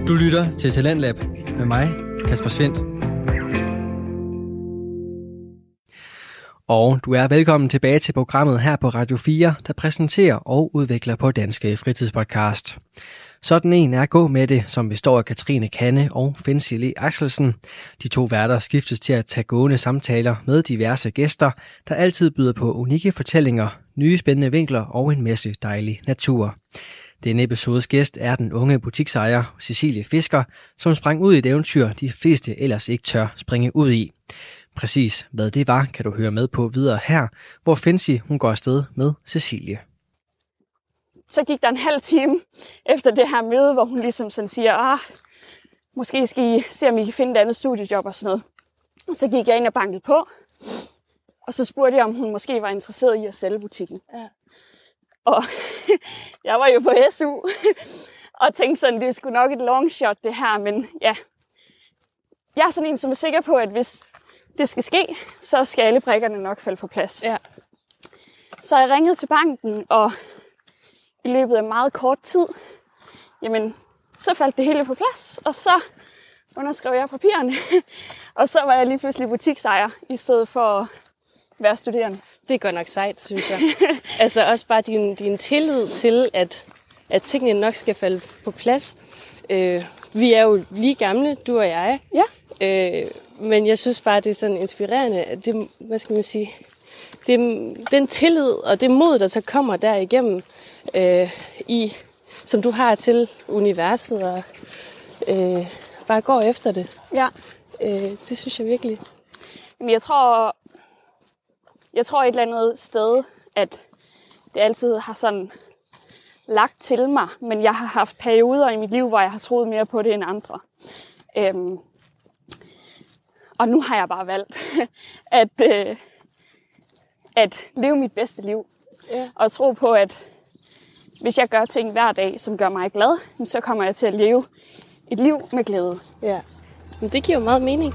Du lytter til Talentlab med mig, Kasper Svendt. Og du er velkommen tilbage til programmet her på Radio 4, der præsenterer og udvikler på Danske Fritidspodcast. Sådan en er Gå med det, som består af Katrine Kanne og Fancy Le Axelsen. De to værter skiftes til at tage gående samtaler med diverse gæster, der altid byder på unikke fortællinger, nye spændende vinkler og en masse dejlig natur. Denne episodes gæst er den unge butiksejer Cecilie Fisker, som sprang ud i et eventyr, de fleste ellers ikke tør springe ud i. Præcis hvad det var, kan du høre med på videre her, hvor Fancy hun går afsted med Cecilie. Så gik der en halv time efter det her møde, hvor hun ligesom sådan siger, måske skal I se, om I kan finde et andet studiejob og sådan noget. Og så gik jeg ind og bankede på, og så spurgte jeg, om hun måske var interesseret i at sælge butikken. Ja. Og jeg var jo på SU, og tænkte sådan, det er sgu nok et long shot det her, men ja. Jeg er sådan en, som er sikker på, at hvis det skal ske, så skal alle brikkerne nok falde på plads. Ja. Så jeg ringede til banken, og i løbet af meget kort tid, jamen, så faldt det hele på plads, og så underskrev jeg papirerne, og så var jeg lige pludselig butiksejer, i stedet for at være studerende. Det er godt nok sejt, synes jeg. Altså også bare din tillid til, at tingene nok skal falde på plads. Vi er jo lige gamle, du og jeg. Ja. Men jeg synes bare, det er sådan inspirerende, at det, hvad skal man sige, den tillid og det mod, der så kommer derigennem, som du har til universet, og bare går efter det. Ja. Det synes jeg virkelig. Men jeg tror et eller andet sted, at det altid har sådan lagt til mig, men jeg har haft perioder i mit liv, hvor jeg har troet mere på det end andre. Og nu har jeg bare valgt at leve mit bedste liv. Ja. Og tro på, at hvis jeg gør ting hver dag, som gør mig glad, så kommer jeg til at leve et liv med glæde. Ja, men det giver jo meget mening.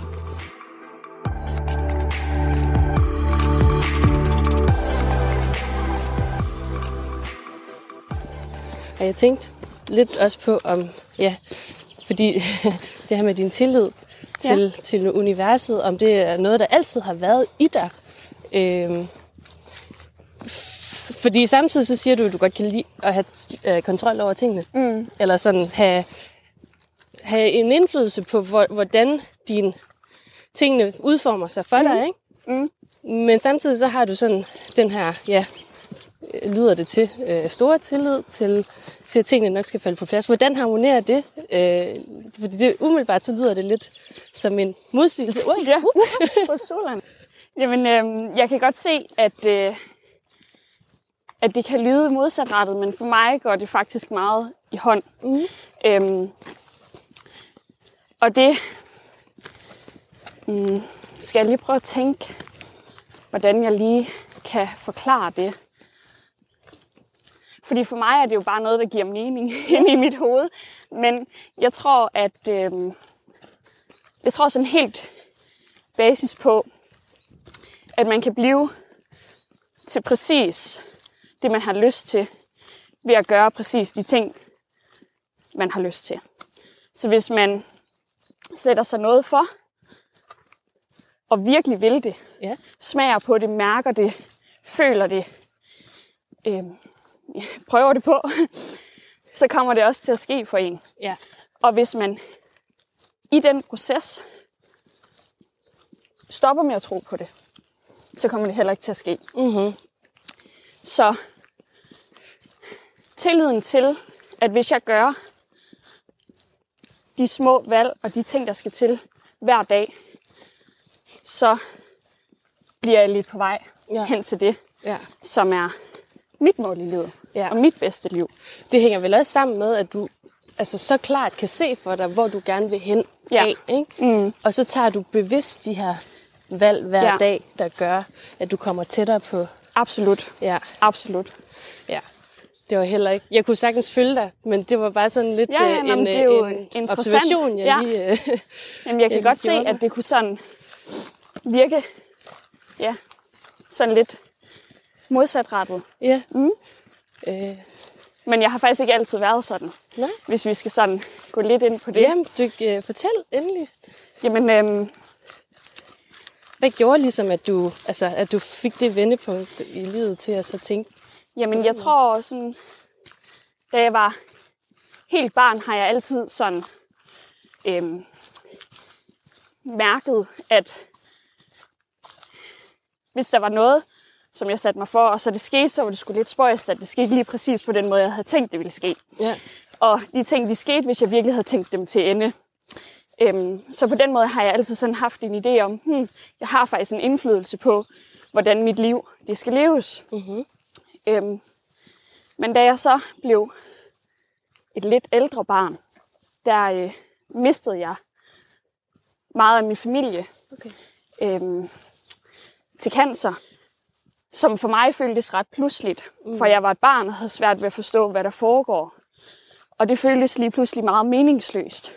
Og jeg tænkte lidt også på, fordi det her med din tillid til universet, om det er noget, der altid har været i dig. Fordi samtidig så siger du, at du godt kan lide at have kontrol over tingene. Mm. Eller sådan have en indflydelse på, hvordan dine tingene udformer sig for dig, ikke? Mm. Men samtidig så har du sådan den her, lyder det til, store tillid til at tingene nok skal falde på plads. Hvordan harmonerer det? Fordi det umiddelbart så lyder det lidt som en modsigelse. På solerne. Jamen, jeg kan godt se, at det kan lyde modsatrettet, men for mig går det faktisk meget i hånd. Mm. Og det skal jeg lige prøve at tænke, hvordan jeg lige kan forklare det. Fordi for mig er det jo bare noget, der giver mening inde i mit hoved. Men jeg tror, sådan helt basis på, at man kan blive til præcis det, man har lyst til, ved at gøre præcis de ting, man har lyst til. Så hvis man sætter sig noget for, og virkelig vil det, smager på det, mærker det, føler det, prøver det på, så kommer det også til at ske for en. Ja. Og hvis man i den proces stopper med at tro på det, så kommer det heller ikke til at ske. Mm-hmm. Så tilliden til, at hvis jeg gør de små valg og de ting, der skal til hver dag, så bliver jeg lidt på vej hen til det, som er mit mål i livet og mit bedste liv. Det hænger vel også sammen med, at du så klart kan se for dig, hvor du gerne vil hen af, ikke? Mm. Og så tager du bevidst de her valg hver dag, der gør, at du kommer tættere på. Absolut. Ja. Absolut. Ja. Det var heller ikke. Jeg kunne sagtens følge dig, men det var bare sådan lidt en observation, jeg lige... Jamen, jeg kan godt se, at det kunne sådan virke, sådan lidt modsatrettet. Ja. Mm. Men jeg har faktisk ikke altid været sådan. Nej. Hvis vi skal sådan gå lidt ind på det. Jamen, fortæl endelig. Jamen, hvad gjorde ligesom, at du fik det vendepunkt i livet til at så tænke? Jamen, jeg tror sådan, da jeg var helt barn, har jeg altid sådan mærket, at hvis der var noget, som jeg satte mig for, og så det skete, så var det sgu lidt spøjst, at det skete lige præcis på den måde, jeg havde tænkt, det ville ske. Ja. Og de ting, de skete, hvis jeg virkelig havde tænkt dem til ende. Så på den måde har jeg altid sådan haft en idé om, jeg har faktisk en indflydelse på, hvordan mit liv det skal leves. Mm-hmm. Men da jeg så blev et lidt ældre barn, der mistede jeg meget af min familie til cancer, som for mig føltes ret pludseligt, for jeg var et barn og havde svært ved at forstå, hvad der foregår. Og det føltes lige pludselig meget meningsløst.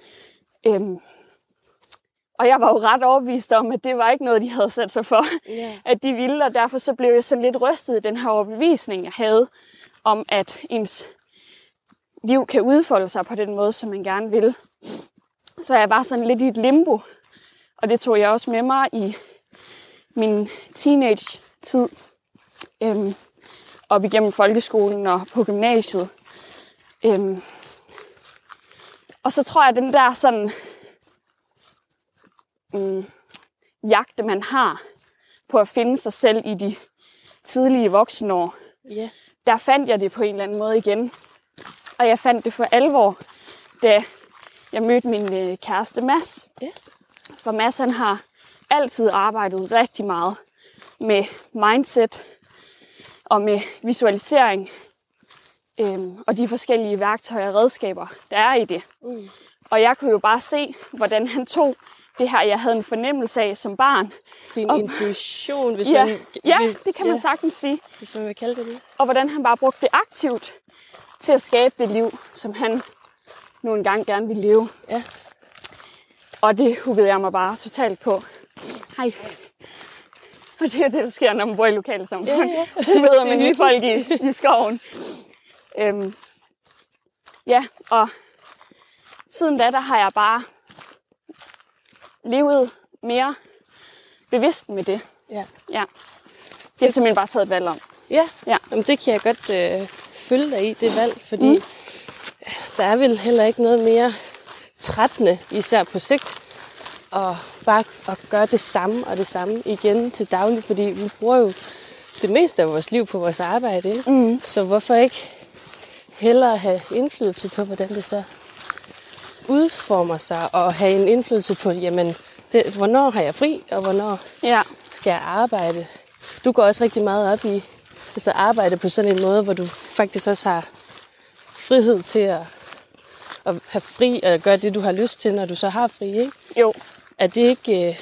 Og jeg var jo ret overbevist om, at det var ikke noget, de havde sat sig for, at de ville. Og derfor så blev jeg sådan lidt rystet i den her overbevisning, jeg havde, om at ens liv kan udfolde sig på den måde, som man gerne vil. Så jeg var sådan lidt i et limbo. Og det tog jeg også med mig i min teenage-tid. Op igennem folkeskolen og på gymnasiet. Og så tror jeg, at den der sådan jagte, man har på at finde sig selv i de tidlige voksenår, der fandt jeg det på en eller anden måde igen. Og jeg fandt det for alvor, da jeg mødte min kæreste Mads. For Mads, han har altid arbejdet rigtig meget med mindset og med visualisering og de forskellige værktøjer og redskaber, der er i det. Og jeg kunne jo bare se, hvordan han tog det her, jeg havde en fornemmelse af som barn. Din intuition, hvis man... Det kan man sagtens sige. Hvis man vil kalde det det. Og hvordan han bare brugte det aktivt til at skabe det liv, som han nu engang gerne ville leve. Ja. Og det huggede jeg mig bare totalt på. Hej. Og det er det, der sker, når man bor i lokalsamfund. Ja. Så møder man nye folk i skoven. Og siden da, der har jeg bare levet mere bevidst med det. Ja. Det har simpelthen bare taget et valg om. Ja. Jamen, det kan jeg godt følge dig i, det valg, fordi der er vel heller ikke noget mere trættende, især på sigt, og bare at gøre det samme igen til daglig, fordi vi bruger jo det meste af vores liv på vores arbejde, ikke? Så hvorfor ikke hellere have indflydelse på, hvordan det så udformer sig, og have en indflydelse på, jamen, hvornår har jeg fri, og hvornår skal jeg arbejde. Du går også rigtig meget op i arbejde på sådan en måde, hvor du faktisk også har frihed til at have fri, og gøre det, du har lyst til, når du så har fri, ikke? Jo. Er det ikke...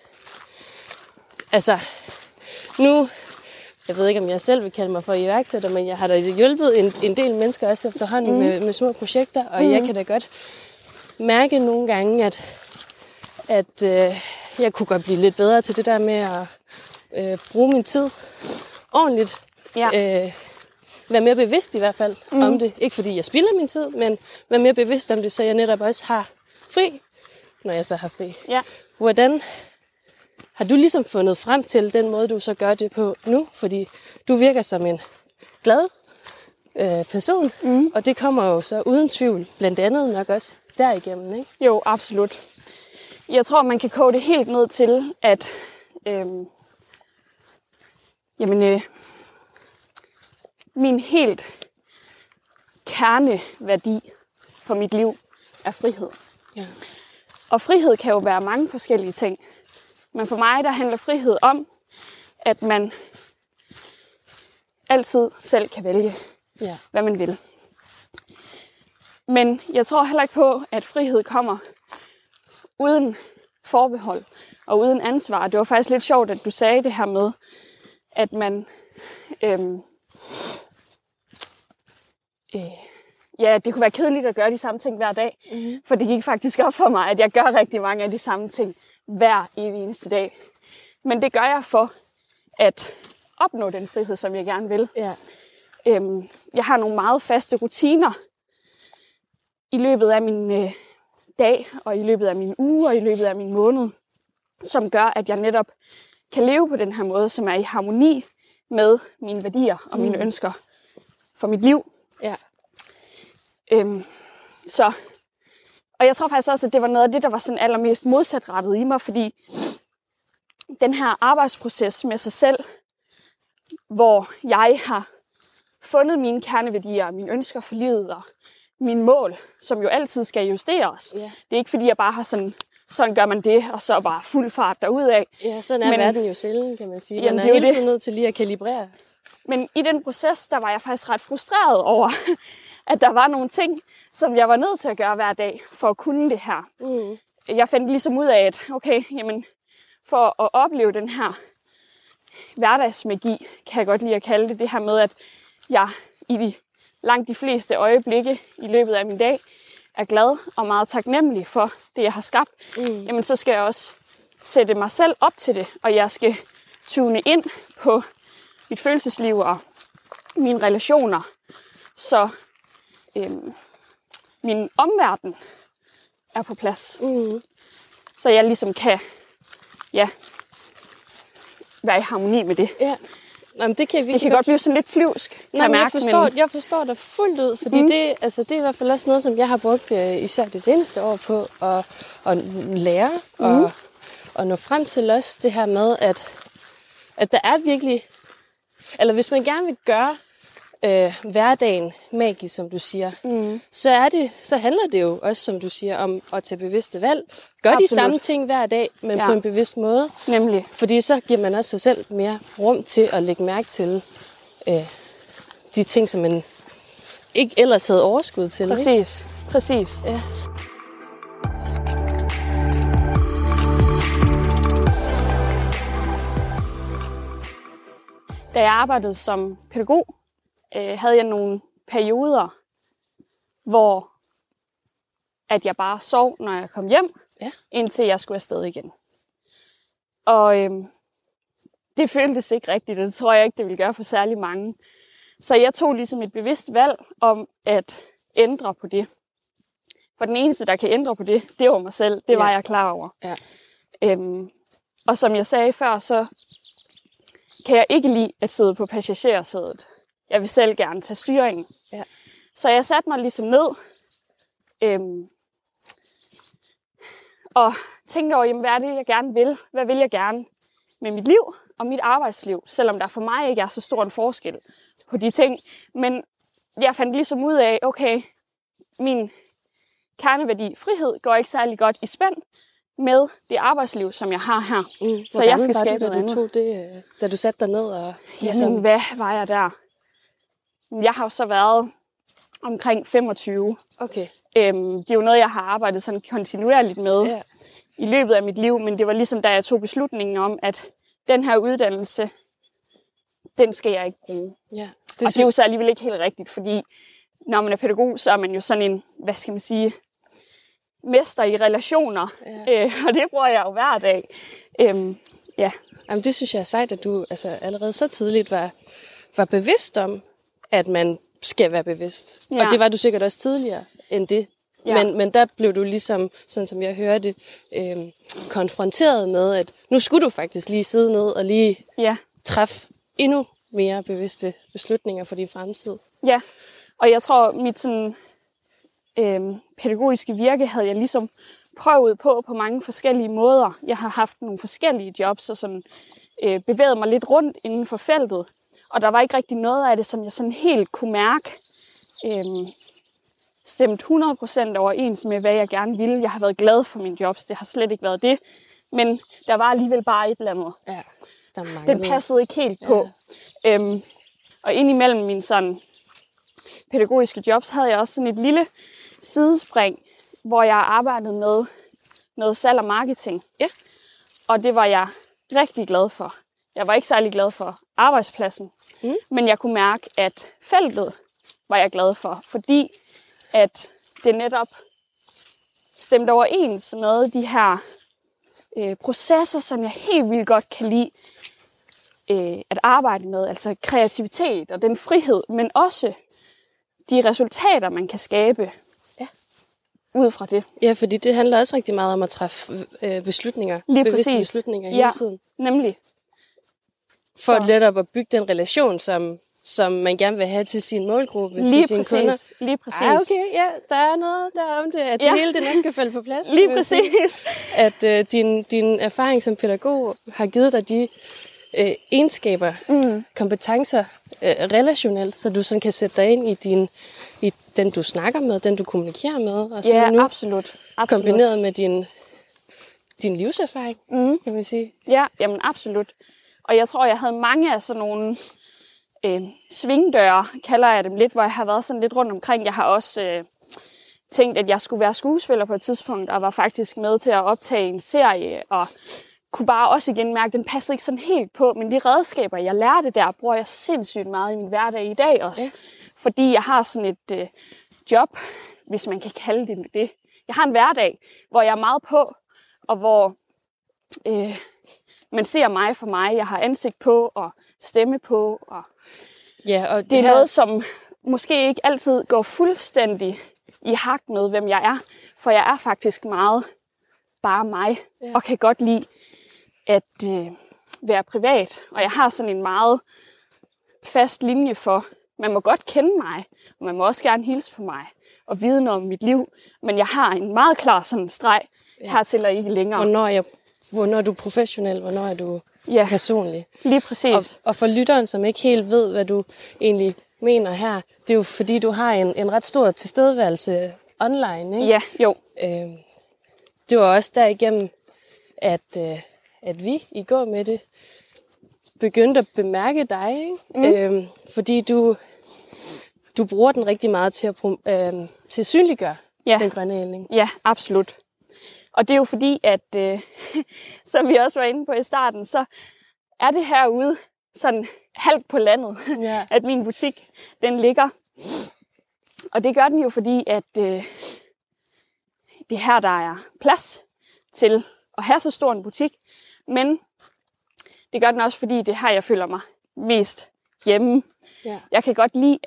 nu... Jeg ved ikke, om jeg selv vil kalde mig for iværksætter, men jeg har da hjulpet en del mennesker også efterhånden med små projekter, og jeg kan da godt mærke nogle gange, at jeg kunne godt blive lidt bedre til det der med at bruge min tid ordentligt. Være mere bevidst i hvert fald om det. Ikke fordi jeg spilder min tid, men være mere bevidst om det, så jeg netop også har fri, når jeg så har fri. Ja. Hvordan har du ligesom fundet frem til den måde, du så gør det på nu? Fordi du virker som en glad person, og det kommer jo så uden tvivl, blandt andet nok også derigennem, ikke? Jo, absolut. Jeg tror, man kan koge det helt ned til, at min helt kerneværdi for mit liv er frihed. Ja. Og frihed kan jo være mange forskellige ting. Men for mig, der handler frihed om, at man altid selv kan vælge, hvad man vil. Men jeg tror heller ikke på, at frihed kommer uden forbehold og uden ansvar. Det var faktisk lidt sjovt, at du sagde det her med, at man... det kunne være kedeligt at gøre de samme ting hver dag. For det gik faktisk op for mig, at jeg gør rigtig mange af de samme ting hver evig eneste dag. Men det gør jeg for at opnå den frihed, som jeg gerne vil. Ja. Jeg har nogle meget faste rutiner i løbet af min dag, og i løbet af min uge, og i løbet af min måned, som gør, at jeg netop kan leve på den her måde, som er i harmoni med mine værdier og mine ønsker for mit liv. Ja. Og jeg tror faktisk også, at det var noget af det, der var sådan allermest modsatrettet i mig, fordi den her arbejdsproces med sig selv, hvor jeg har fundet mine kerneværdier, mine ønsker for livet og mine mål, som jo altid skal justeres. Ja. Det er ikke fordi, jeg bare har sådan gør man det, og så bare fuld fart derudad. Ja, sådan er verden jo sjældent, kan man sige. Jamen, man er hele tiden nødt til lige at kalibrere. Men i den proces, der var jeg faktisk ret frustreret over, at der var nogle ting, som jeg var nødt til at gøre hver dag, for at kunne det her. Jeg fandt ligesom ud af, at okay, jamen, for at opleve den her hverdagsmagi, kan jeg godt lide at kalde det her med, at jeg i langt de fleste øjeblikke i løbet af min dag er glad og meget taknemmelig for det, jeg har skabt, jamen så skal jeg også sætte mig selv op til det, og jeg skal tune ind på mit følelsesliv og mine relationer, så min omverden er på plads. Så jeg ligesom kan være i harmoni med det. Ja. Jamen, det kan godt blive sådan lidt flyvsk, kan jeg mærke. Jeg forstår dig fuldt ud, fordi det er i hvert fald også noget, som jeg har brugt især det seneste år på at lære og nå frem til også det her med, at der er virkelig, eller hvis man gerne vil gøre hverdagen magisk, som du siger, så handler det jo også, som du siger, om at tage bevidste valg. Gør de samme ting hver dag, men på en bevidst måde. Nemlig. Fordi så giver man også sig selv mere rum til at lægge mærke til de ting, som man ikke ellers havde overskud til. Præcis. Ja. Da jeg arbejdede som pædagog, havde jeg nogle perioder, hvor at jeg bare sov, når jeg kom hjem, indtil jeg skulle afsted igen. Og det føltes ikke rigtigt, og det tror jeg ikke, det ville gøre for særlig mange. Så jeg tog ligesom et bevidst valg om at ændre på det. For den eneste, der kan ændre på det, det var mig selv. Det var jeg klar over. Ja. Og som jeg sagde før, så kan jeg ikke lide at sidde på passagersædet. Jeg vil selv gerne tage styringen. Ja. Så jeg satte mig ligesom ned og tænkte over, jamen, hvad er det, jeg gerne vil? Hvad vil jeg gerne med mit liv og mit arbejdsliv? Selvom der for mig ikke er så stor en forskel på de ting. Men jeg fandt ligesom ud af, okay, min kerneværdi, frihed, går ikke særlig godt i spænd med det arbejdsliv, som jeg har her. Så jeg skal skabe noget andet. Da du satte dig ned og... Jamen, hvad var jeg der? Jeg har jo så været omkring 25. Okay. Det er jo noget, jeg har arbejdet sådan kontinuerligt med i løbet af mit liv, men det var ligesom, da jeg tog beslutningen om, at den her uddannelse, den skal jeg ikke bruge. Ja. Det er jo så alligevel ikke helt rigtigt, fordi når man er pædagog, så er man jo sådan en, hvad skal man sige, mester i relationer, og det bruger jeg jo hver dag. Jamen, det synes jeg er sejt, at du allerede så tidligt var bevidst om, at man skal være bevidst. Ja. Og det var du sikkert også tidligere end det. Ja. Men der blev du ligesom, sådan som jeg hørte, konfronteret med, at nu skulle du faktisk lige sidde ned og lige træffe endnu mere bevidste beslutninger for din fremtid. Ja, og jeg tror, mit sådan, pædagogiske virke havde jeg ligesom prøvet på mange forskellige måder. Jeg har haft nogle forskellige jobs og sådan, bevæget mig lidt rundt inden for feltet. Og der var ikke rigtig noget af det, som jeg sådan helt kunne mærke stemt 100% overens med, hvad jeg gerne ville. Jeg har været glad for mine jobs, det har slet ikke været det. Men der var alligevel bare et eller andet. Ja, den passede ikke helt på. Og indimellem mine sådan pædagogiske jobs havde jeg også sådan et lille sidespring, hvor jeg arbejdede med noget salg og marketing. Ja. Og det var jeg rigtig glad for. Jeg var ikke særlig glad for arbejdspladsen, men jeg kunne mærke, at feltet var jeg glad for, fordi at det netop stemte overens med de her processer, som jeg helt vildt godt kan lide. at arbejde med, altså kreativitet og den frihed, men også de resultater, man kan skabe ud fra det. Ja, fordi det handler også rigtig meget om at træffe beslutninger. Lige bevidste præcis. beslutninger hele tiden. Nemlig. For netop at bygge den relation, som man gerne vil have til sin målgruppe, til sine kunder. Lige præcis. Okay, ja, der er noget der om det, at det hele det nok skal falde på plads. Lige præcis. At din erfaring som pædagog har givet dig de egenskaber, kompetencer relationelt, så du sådan kan sætte dig ind i den, du snakker med, den, du kommunikerer med. Og så nu absolut. Kombineret med din livserfaring, kan man sige. Ja, jamen absolut. Og jeg tror, jeg havde mange af sådan nogle svingdøre, kalder jeg dem lidt, hvor jeg har været sådan lidt rundt omkring. Jeg har også tænkt, at jeg skulle være skuespiller på et tidspunkt, og var faktisk med til at optage en serie, og kunne bare også igen mærke, at den passede ikke sådan helt på, men de redskaber, jeg lærte der, bruger jeg sindssygt meget i min hverdag i dag også. Ja. Fordi jeg har sådan et job, hvis man kan kalde det. Jeg har en hverdag, hvor jeg er meget på, og hvor man ser mig for mig. Jeg har ansigt på og stemme på. Og og det er noget, som måske ikke altid går fuldstændig i hak med, hvem jeg er. For jeg er faktisk meget bare mig, og kan godt lide at være privat. Og jeg har sådan en meget fast linje for, man må godt kende mig, og man må også gerne hilse på mig og vide noget om mit liv. Men jeg har en meget klar sådan streg hertil og ikke længere. Hvornår er du professionel, hvornår er du personlig. Lige præcis. Og for lytteren, som ikke helt ved, hvad du egentlig mener her, det er jo fordi, du har en ret stor tilstedeværelse online, ikke? Ja, jo. Det var også derigennem, at vi i går med det begyndte at bemærke dig, ikke? Fordi du bruger den rigtig meget til at synliggøre den grønne ælling. Ja, absolut. Og det er jo fordi, at som vi også var inde på i starten, så er det herude sådan halvt på landet, at min butik, den ligger. Og det gør den jo fordi, at det er her, der er plads til at have så stor en butik. Men det gør den også fordi, det er her, jeg føler mig mest hjemme. Ja. Jeg kan godt lide,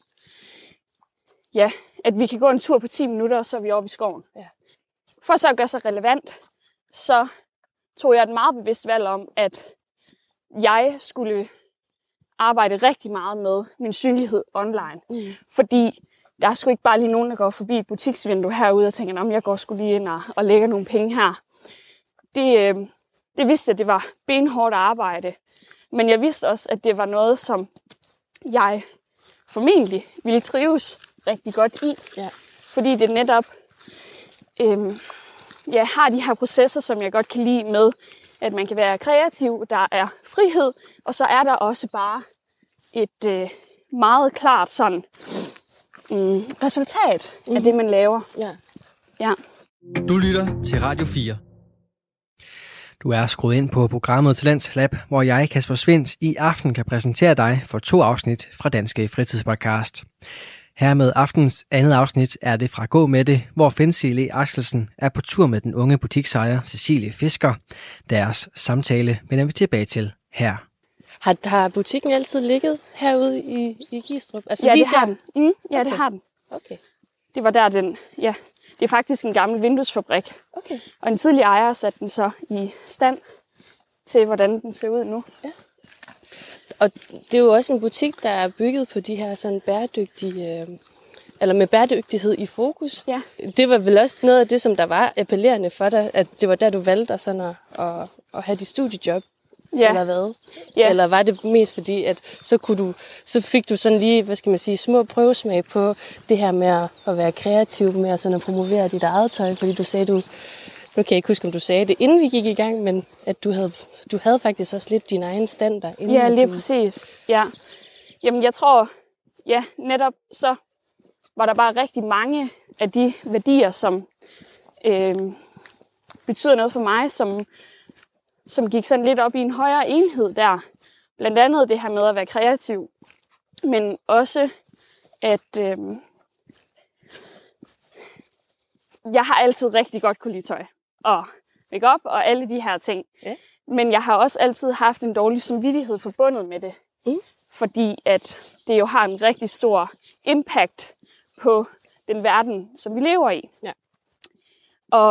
at vi kan gå en tur på 10 minutter, og så er vi oppe i skoven. Ja. For så at gøre sig relevant, så tog jeg et meget bevidst valg om, at jeg skulle arbejde rigtig meget med min synlighed online. Fordi der er sgu ikke bare lige nogen, der går forbi et butiksvindue herude og tænker, om jeg går sgu lige ind og lægger nogle penge her. Det vidste jeg, det var benhårdt arbejde. Men jeg vidste også, at det var noget, som jeg formentlig ville trives rigtig godt i. Ja. Fordi det netop har de her processer, som jeg godt kan lide med, at man kan være kreativ, der er frihed, og så er der også bare et meget klart sådan resultat af det, man laver. Ja. Du lytter til Radio 4. Du er skruet ind på programmet Talents Lab, hvor jeg, Kasper Svindt, i aften kan præsentere dig for 2 afsnit fra Danske Fritidspodcast. Her med aftens andet afsnit er det fra Gå med det, hvor Fancy Le Axelsen er på tur med den unge butiksejer Cecilie Fisker. Deres samtale vender vi tilbage til her. Har butikken altid ligget herude i Gistrup? Altså ja, lige det har den. Ja, det har den. Okay. Det var der den. Ja, det er faktisk en gammel vinduesfabrik. Okay. Og en tidligere ejer satte den så i stand til, hvordan den ser ud nu. Ja. Og det er jo også en butik, der er bygget på de her sådan bæredygtige, eller med bæredygtighed i fokus. Ja. Det var vel også noget af det, som der var appellerende for dig, at det var der, du valgte sådan at have dit studiejob, eller hvad? Ja. Eller var det mest fordi, at så fik du sådan lige, hvad skal man sige, små prøvesmag på det her med at være kreativ, med at, sådan at promovere dit eget tøj, fordi du sagde, nu kan jeg ikke huske, om du sagde det, inden vi gik i gang, men at du havde faktisk også lidt din egen stand der. Ja, lige præcis. Ja. Jamen, jeg tror, netop så var der bare rigtig mange af de værdier, som betyder noget for mig, som gik sådan lidt op i en højere enhed der. Blandt andet det her med at være kreativ, men også at jeg har altid rigtig godt kunne lide tøj og make-up og alle de her ting. Ja. Men jeg har også altid haft en dårlig samvittighed forbundet med det. Fordi at det jo har en rigtig stor impact på den verden, som vi lever i. Ja. Og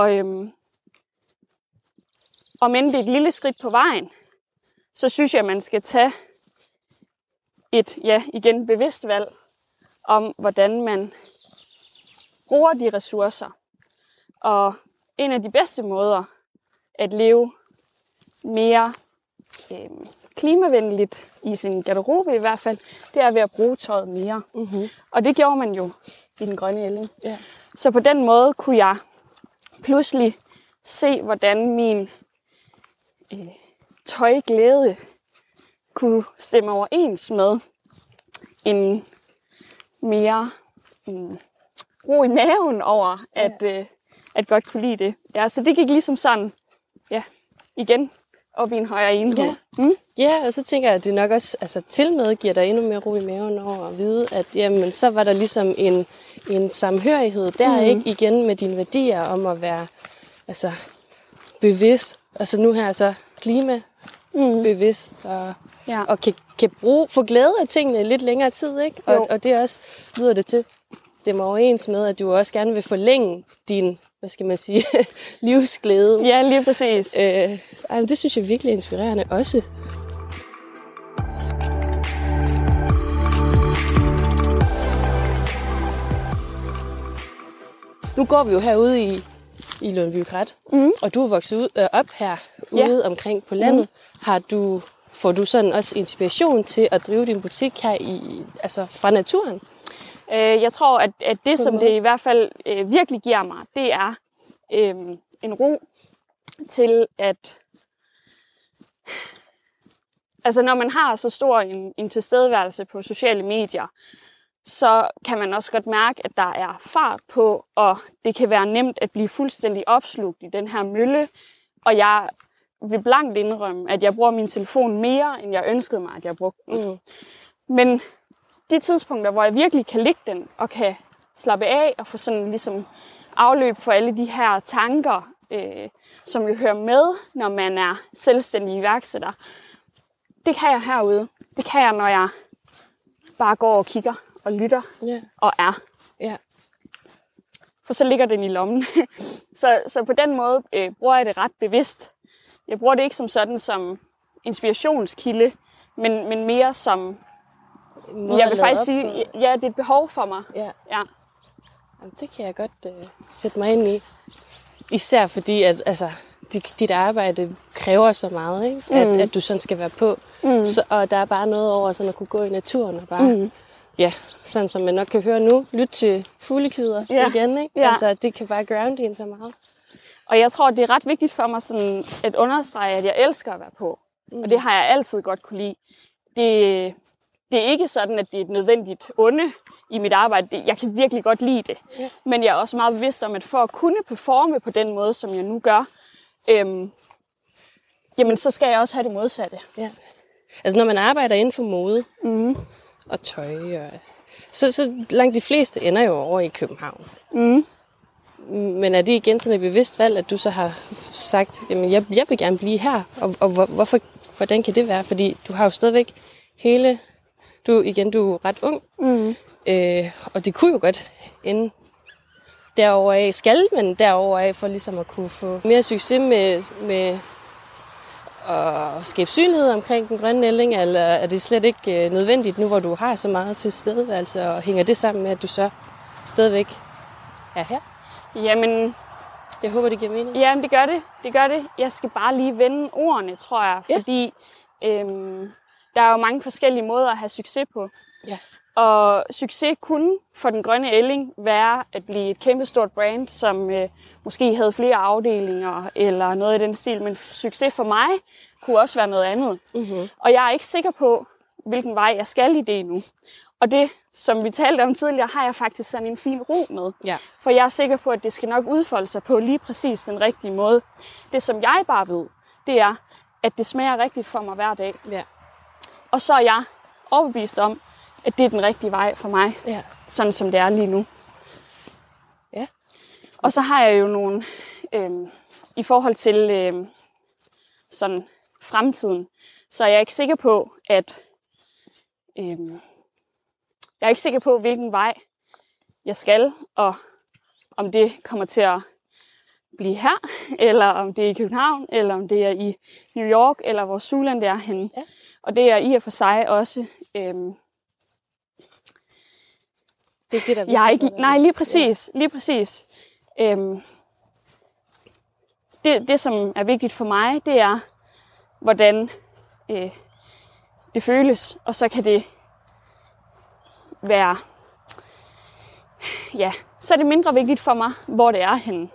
om end det er et lille skridt på vejen, så synes jeg, at man skal tage et, igen bevidst valg om, hvordan man bruger de ressourcer. Og en af de bedste måder at leve mere klimavenligt i sin garderobe i hvert fald, det er ved at bruge tøjet mere. Og det gjorde man jo i den grønne ælling. Ja. Så på den måde kunne jeg pludselig se, hvordan min tøjglæde kunne stemme overens med en mere ro i maven over at godt kunne lide det. Ja, så det gik ligesom sådan, igen op i en højere enhed. Ja. Ja, og så tænker jeg, at det nok også tilmed giver dig endnu mere ro i maven over at vide, at jamen, så var der ligesom en samhørighed der, ikke? Igen med dine værdier om at være bevidst. Altså nu her så klimabevidst og kan få glæde af tingene lidt længere tid, ikke? Og det også lyder det til. Stemmer overens med, at du også gerne vil forlænge din, livsglæde. Ja, lige præcis. Det synes jeg virkelig er inspirerende også. Nu går vi jo herude i Lundby Krat, og du er vokset op herude omkring på landet. Får du sådan også inspiration til at drive din butik her fra naturen? Jeg tror, at det, som det i hvert fald virkelig giver mig, det er en ro til at... Altså, når man har så stor en tilstedeværelse på sociale medier, så kan man også godt mærke, at der er fart på, og det kan være nemt at blive fuldstændig opslugt i den her mølle. Og jeg vil blankt indrømme, at jeg bruger min telefon mere, end jeg ønskede mig, at jeg brugte den. Men de tidspunkter, hvor jeg virkelig kan lægge den, og kan slappe af, og få sådan ligesom afløb for alle de her tanker, som jo hører med, når man er selvstændig iværksætter, det kan jeg herude. Det kan jeg, når jeg bare går og kigger og lytter og er. Ja. For så ligger den i lommen. så på den måde bruger jeg det ret bevidst. Jeg bruger det ikke som sådan som inspirationskilde, men mere som... Jeg vil faktisk sige, det er et behov for mig. Ja. Jamen, det kan jeg godt sætte mig ind i. Især fordi, at dit arbejde kræver så meget, ikke? At du sådan skal være på. Og der er bare noget over sådan at kunne gå i naturen og bare... sådan som man nok kan høre nu, lytte til fuglekvider igen, ikke? Ja. Det kan bare grounde en så meget. Og jeg tror, det er ret vigtigt for mig sådan at understrege, at jeg elsker at være på. Og det har jeg altid godt kunne lide. Det er ikke sådan, at det er et nødvendigt onde i mit arbejde. Jeg kan virkelig godt lide det. Ja. Men jeg er også meget bevidst om, at for at kunne performe på den måde, som jeg nu gør, jamen så skal jeg også have det modsatte. Ja. Altså når man arbejder inden for mode og tøj, så langt de fleste ender jo over i København. Men er det igen sådan et bevidst valg, at du så har sagt, jamen jeg vil gerne blive her, og hvordan kan det være? Fordi du har jo stadigvæk du er ret ung, og det kunne jo godt ende derover af. Skal man derover af for ligesom at kunne få mere succes med at skabe synlighed omkring den grønne ælling, eller er det slet ikke nødvendigt nu, hvor du har så meget tilstedeværelse, og hænger det sammen med, at du så stadigvæk er her? Jamen, jeg håber, det giver mening. Jamen, det gør det. Det gør det. Jeg skal bare lige vende ordene, tror jeg, fordi der er jo mange forskellige måder at have succes på. Ja. Og succes kunne for den grønne ælling være at blive et kæmpestort brand, som måske havde flere afdelinger eller noget i den stil. Men succes for mig kunne også være noget andet. Og jeg er ikke sikker på, hvilken vej jeg skal i det endnu. Og det, som vi talte om tidligere, har jeg faktisk sådan en fin ro med. Ja. For jeg er sikker på, at det skal nok udfolde sig på lige præcis den rigtige måde. Det, som jeg bare ved, det er, at det smager rigtigt for mig hver dag. Ja. Og så er jeg overbevist om, at det er den rigtige vej for mig, sådan som det er lige nu. Ja. Og så har jeg jo nogle, i forhold til sådan fremtiden. Så jeg er ikke sikker på, hvilken vej jeg skal, og om det kommer til at blive her, eller om det er i København, eller om det er i New York, eller hvor Zuland er henne. Ja. Og det er i og for sig også... det er det, der jeg er ikke, nej, lige præcis. Ja. Lige præcis. Det, som er vigtigt for mig, det er, hvordan det føles. Og så kan det være... Ja, så er det mindre vigtigt for mig, hvor det er henne.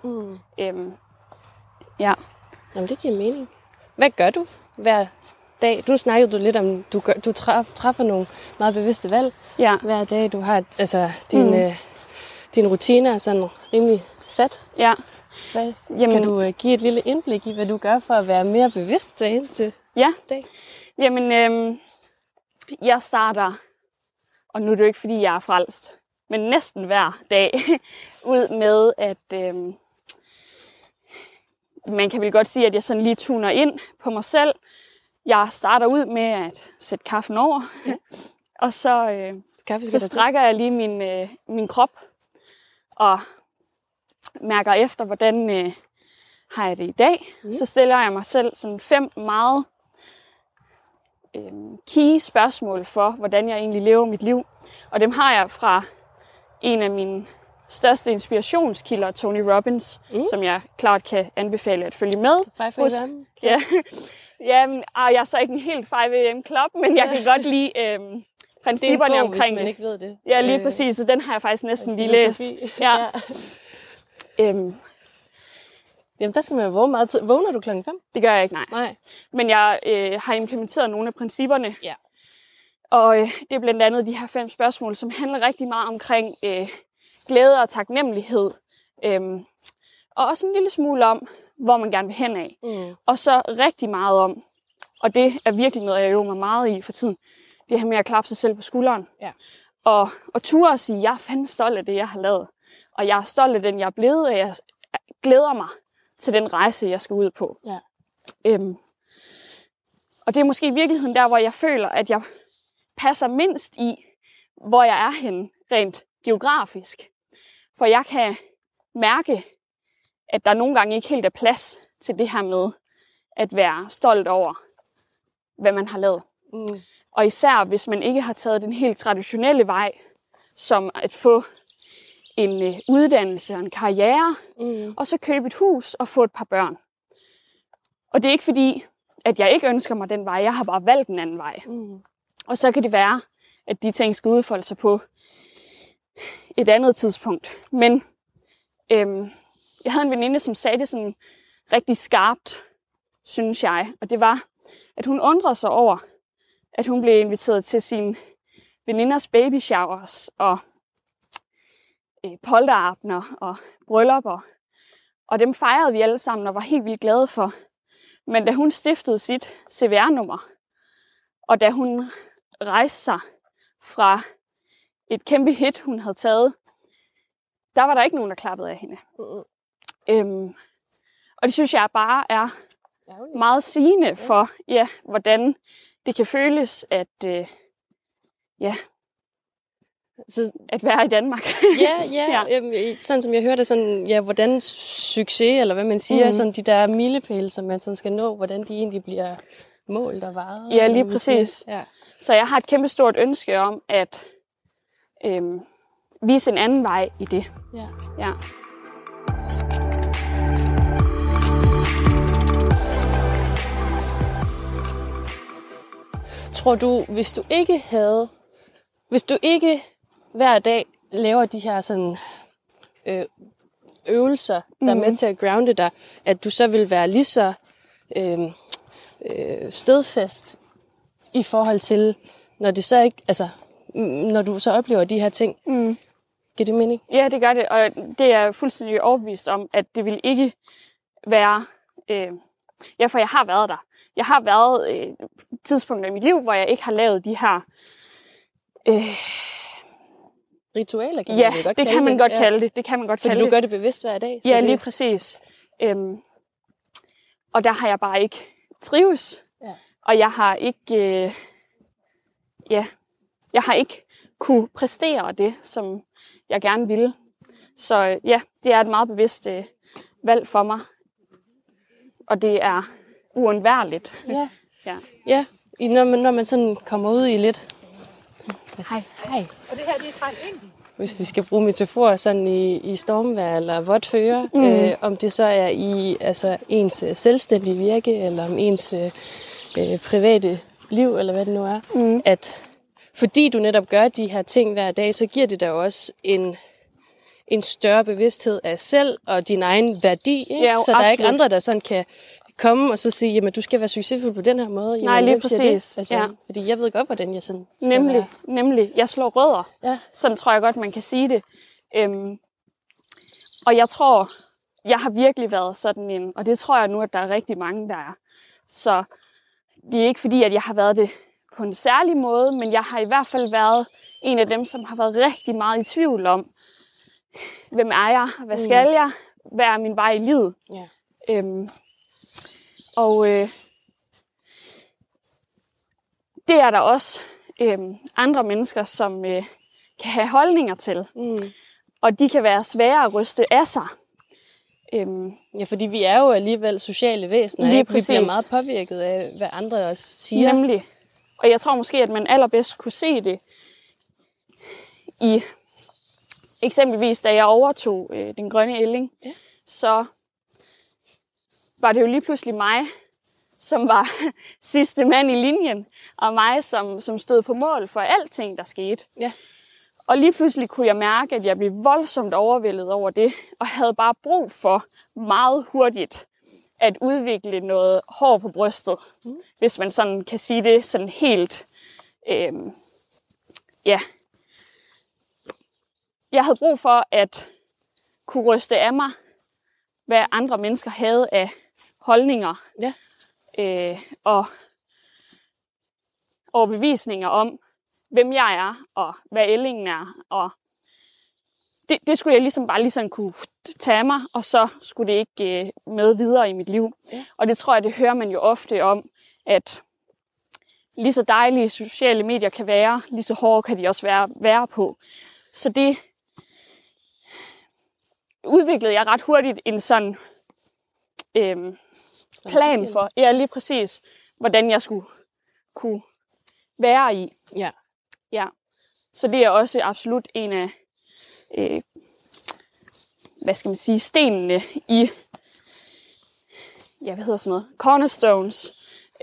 Ja. Jamen, det giver mening. Hvad gør du hver dag? Nu snakkede du lidt om, du træffer nogle meget bevidste valg hver dag. Du har dine rutiner er sådan rimelig sat. Ja. Kan du give et lille indblik i, hvad du gør for at være mere bevidst hver eneste dag? Jamen, jeg starter, og nu er det jo ikke, fordi jeg er frelst, men næsten hver dag ud med, at man kan vel godt sige, at jeg sådan lige tuner ind på mig selv. Jeg starter ud med at sætte kaffen over, og så strækker jeg lige min krop og mærker efter, hvordan har jeg det i dag. Så stiller jeg mig selv sådan 5 meget key spørgsmål for, hvordan jeg egentlig lever mit liv. Og dem har jeg fra en af mine største inspirationskilder, Tony Robbins, som jeg klart kan anbefale at følge med. 5 a.m. Ja, jeg er så ikke en helt 5 a.m. club, men jeg kan godt lide principperne bog, omkring hvis man ikke ved det. Ja, lige præcis, så den har jeg faktisk næsten lige læst. Ja. Jamen, der skal man jo vågne meget tid. Vågner du klokken 5? Det gør jeg ikke, nej. Men jeg har implementeret nogle af principperne. Ja. Og det er blandt andet de her 5 spørgsmål, som handler rigtig meget omkring glæde og taknemmelighed. Og også en lille smule om, hvor man gerne vil hen af. Og så rigtig meget om, og det er virkelig noget, jeg øver mig meget i for tiden, det her med at klappe sig selv på skulderen. Ja. Og ture at sige, jeg er fandme stolt af det, jeg har lavet. Og jeg er stolt af den, jeg er blevet, og jeg glæder mig til den rejse, jeg skal ud på. Ja. Og det er måske i virkeligheden der, hvor jeg føler, at jeg passer mindst i, hvor jeg er henne, rent geografisk. For jeg kan mærke, at der nogle gange ikke helt er plads til det her med at være stolt over, hvad man har lavet. Og især hvis man ikke har taget den helt traditionelle vej, som at få en uddannelse og en karriere, og så købe et hus og få et par børn. Og det er ikke fordi, at jeg ikke ønsker mig den vej, jeg har bare valgt en anden vej. Og så kan det være, at de ting skal udfolde sig på et andet tidspunkt. Men jeg havde en veninde, som sagde det sådan rigtig skarpt, synes jeg. Og det var, at hun undrede sig over, at hun blev inviteret til sine veninders baby showers og polterabner og bryllupper. Og dem fejrede vi alle sammen og var helt vildt glade for. Men da hun stiftede sit CVR-nummer, og da hun rejste sig fra et kæmpe hit, hun havde taget, der var der ikke nogen, der klappede af hende. Og det synes jeg bare er meget sigende for, hvordan det kan føles at være i Danmark. Ja. Sådan som jeg hørte, sådan, hvordan succes, eller hvad man siger, sådan de der milepæle, som man sådan skal nå, hvordan de egentlig bliver målt og vejet. Ja, lige præcis. Ja. Så jeg har et kæmpe stort ønske om at vise en anden vej i det. Ja. Tror du, hvis du ikke hver dag laver de her sådan øvelser, der er med til at grounde dig, at du så vil være lige så stedfast i forhold til, når det så ikke, altså når du så oplever de her ting. Giver det mening? Ja, det gør det, og det er jeg fuldstændig overbevist om, at det vil ikke være... for jeg har været der. Jeg har været tidspunkter i mit liv, hvor jeg ikke har lavet de her... ritualer, kan man godt kalde det. kan man godt kalde det. Det kan man godt kalde det. Fordi du gør det bevidst hver dag. Ja, lige præcis. Og der har jeg bare ikke trives. Og jeg har ikke, jeg har ikke kunne præstere det, som jeg gerne ville. Så ja, det er et meget bevidst valg for mig. Og det er uundværligt. Ja. Når man sådan kommer ud i lidt... Hej. Og det her, det er fra en enkelt. Hvis vi skal bruge metaforer sådan i stormvejr eller vådt føre, om det så er i ens selvstændige virke, eller om ens private liv, eller hvad det nu er, at fordi du netop gør de her ting hver dag, så giver det dig også en større bevidsthed af selv og din egen værdi. Ikke? Ja, så der er ikke andre, der sådan kan komme og så sige, jamen du skal være succesfuld på den her måde. Jamen, Nej, lige præcis. Fordi jeg ved godt, hvordan jeg sådan skal være. Nemlig. Jeg slår rødder. Ja. Sådan tror jeg godt, man kan sige det. Og jeg tror, jeg har virkelig været sådan en, og det tror jeg nu, at der er rigtig mange, der er. Så det er ikke fordi, at jeg har været det på en særlig måde, men jeg har i hvert fald været en af dem, som har været rigtig meget i tvivl om, hvem er jeg? Hvad skal jeg? Hvad er min vej i livet? Ja. Det er der også andre mennesker, som kan have holdninger til. Og de kan være svære at ryste af sig. Ja, fordi vi er jo alligevel sociale væsener. Lige vi bliver meget påvirket af, hvad andre også siger. Nemlig. Og jeg tror måske, at man allerbedst kunne se det i eksempelvis, da jeg overtog den grønne ælling, så var det jo lige pludselig mig, som var sidste mand i linjen, og mig, som stod på mål for alting, der skete. Ja. Og lige pludselig kunne jeg mærke, at jeg blev voldsomt overvældet over det, og havde bare brug for meget hurtigt at udvikle noget hår på brystet, hvis man sådan kan sige det sådan helt, Jeg havde brug for at kunne ryste af mig, hvad andre mennesker havde af holdninger og overbevisninger om, hvem jeg er og hvad ællingen er. Og det skulle jeg ligesom bare sådan kunne tage mig, og så skulle det ikke med videre i mit liv. Ja. Og det tror jeg, det hører man jo ofte om, at lige så dejlige sociale medier kan være, lige så hårde kan de også være på. Så det udviklede jeg ret hurtigt en sådan plan for, lige præcis, hvordan jeg skulle kunne være i. Ja. Så det er også absolut en af, stenene i, cornerstones,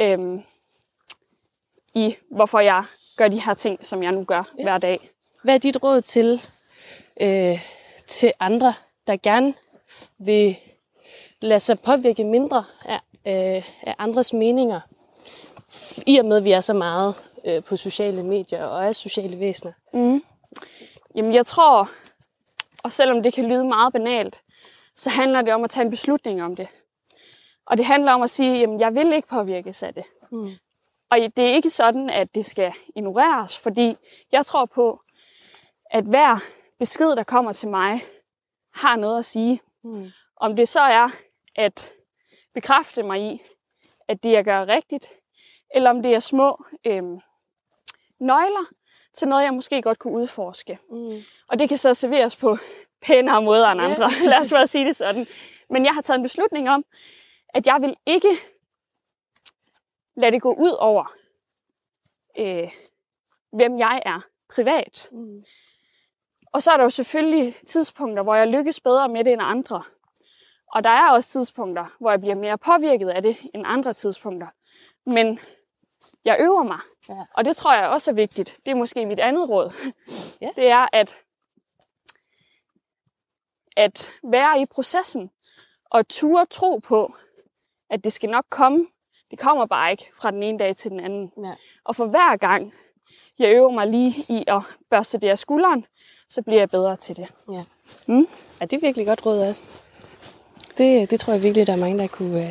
i hvorfor jeg gør de her ting, som jeg nu gør hver dag. Hvad er dit råd til andre, der gerne vil lade sig påvirke mindre af andres meninger, i og med, at vi er så meget på sociale medier og er sociale væsener? Jamen jeg tror, og selvom det kan lyde meget banalt, så handler det om at tage en beslutning om det. Og det handler om at sige, jamen jeg vil ikke påvirkes af det. Og det er ikke sådan, at det skal ignoreres, fordi jeg tror på, at hver besked, der kommer til mig, har noget at sige. Om det så er at bekræfte mig i, at det jeg gør er rigtigt, eller om det er små nøgler til noget, jeg måske godt kunne udforske. Og det kan så serveres på pænere måder end andre. Lad os bare sige det sådan. Men jeg har taget en beslutning om, at jeg vil ikke lade det gå ud over, hvem jeg er privat. Og så er der jo selvfølgelig tidspunkter, hvor jeg lykkes bedre med det end andre. Og der er også tidspunkter, hvor jeg bliver mere påvirket af det end andre tidspunkter. Men jeg øver mig. Ja. Og det tror jeg også er vigtigt. Det er måske mit andet råd. Ja. Det er at være i processen og turde tro på, at det skal nok komme. Det kommer bare ikke fra den ene dag til den anden. Ja. Og for hver gang jeg øver mig lige i at børste det af skulderen, så bliver jeg bedre til det. Ja, ja, det er virkelig godt råd også. Det tror jeg virkelig, der er mange, der kunne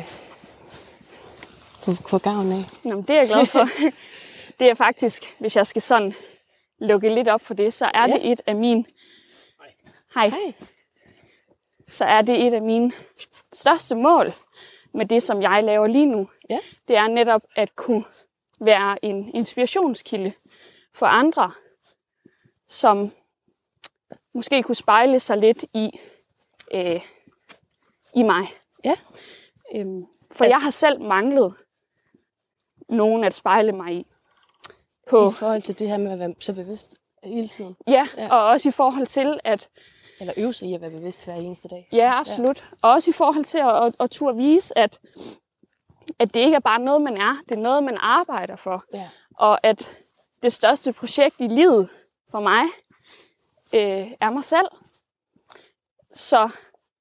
få gavn af. Jamen, det er jeg glad for. Det er faktisk, hvis jeg skal sådan lukke lidt op for det, så er det et af mine... Hej. Så er det et af mine største mål med det, som jeg laver lige nu. Ja. Det er netop at kunne være en inspirationskilde for andre, som måske kunne spejle sig lidt i mig. Ja. For jeg har selv manglet nogen at spejle mig i. I forhold til det her med at være så bevidst hele tiden. Ja, og også i forhold til at... Eller øve sig i at være bevidst hver eneste dag. Ja, absolut. Ja. Og også i forhold til at turde vise, at det ikke er bare noget, man er. Det er noget, man arbejder for. Ja. Og at det største projekt i livet for mig er mig selv. Så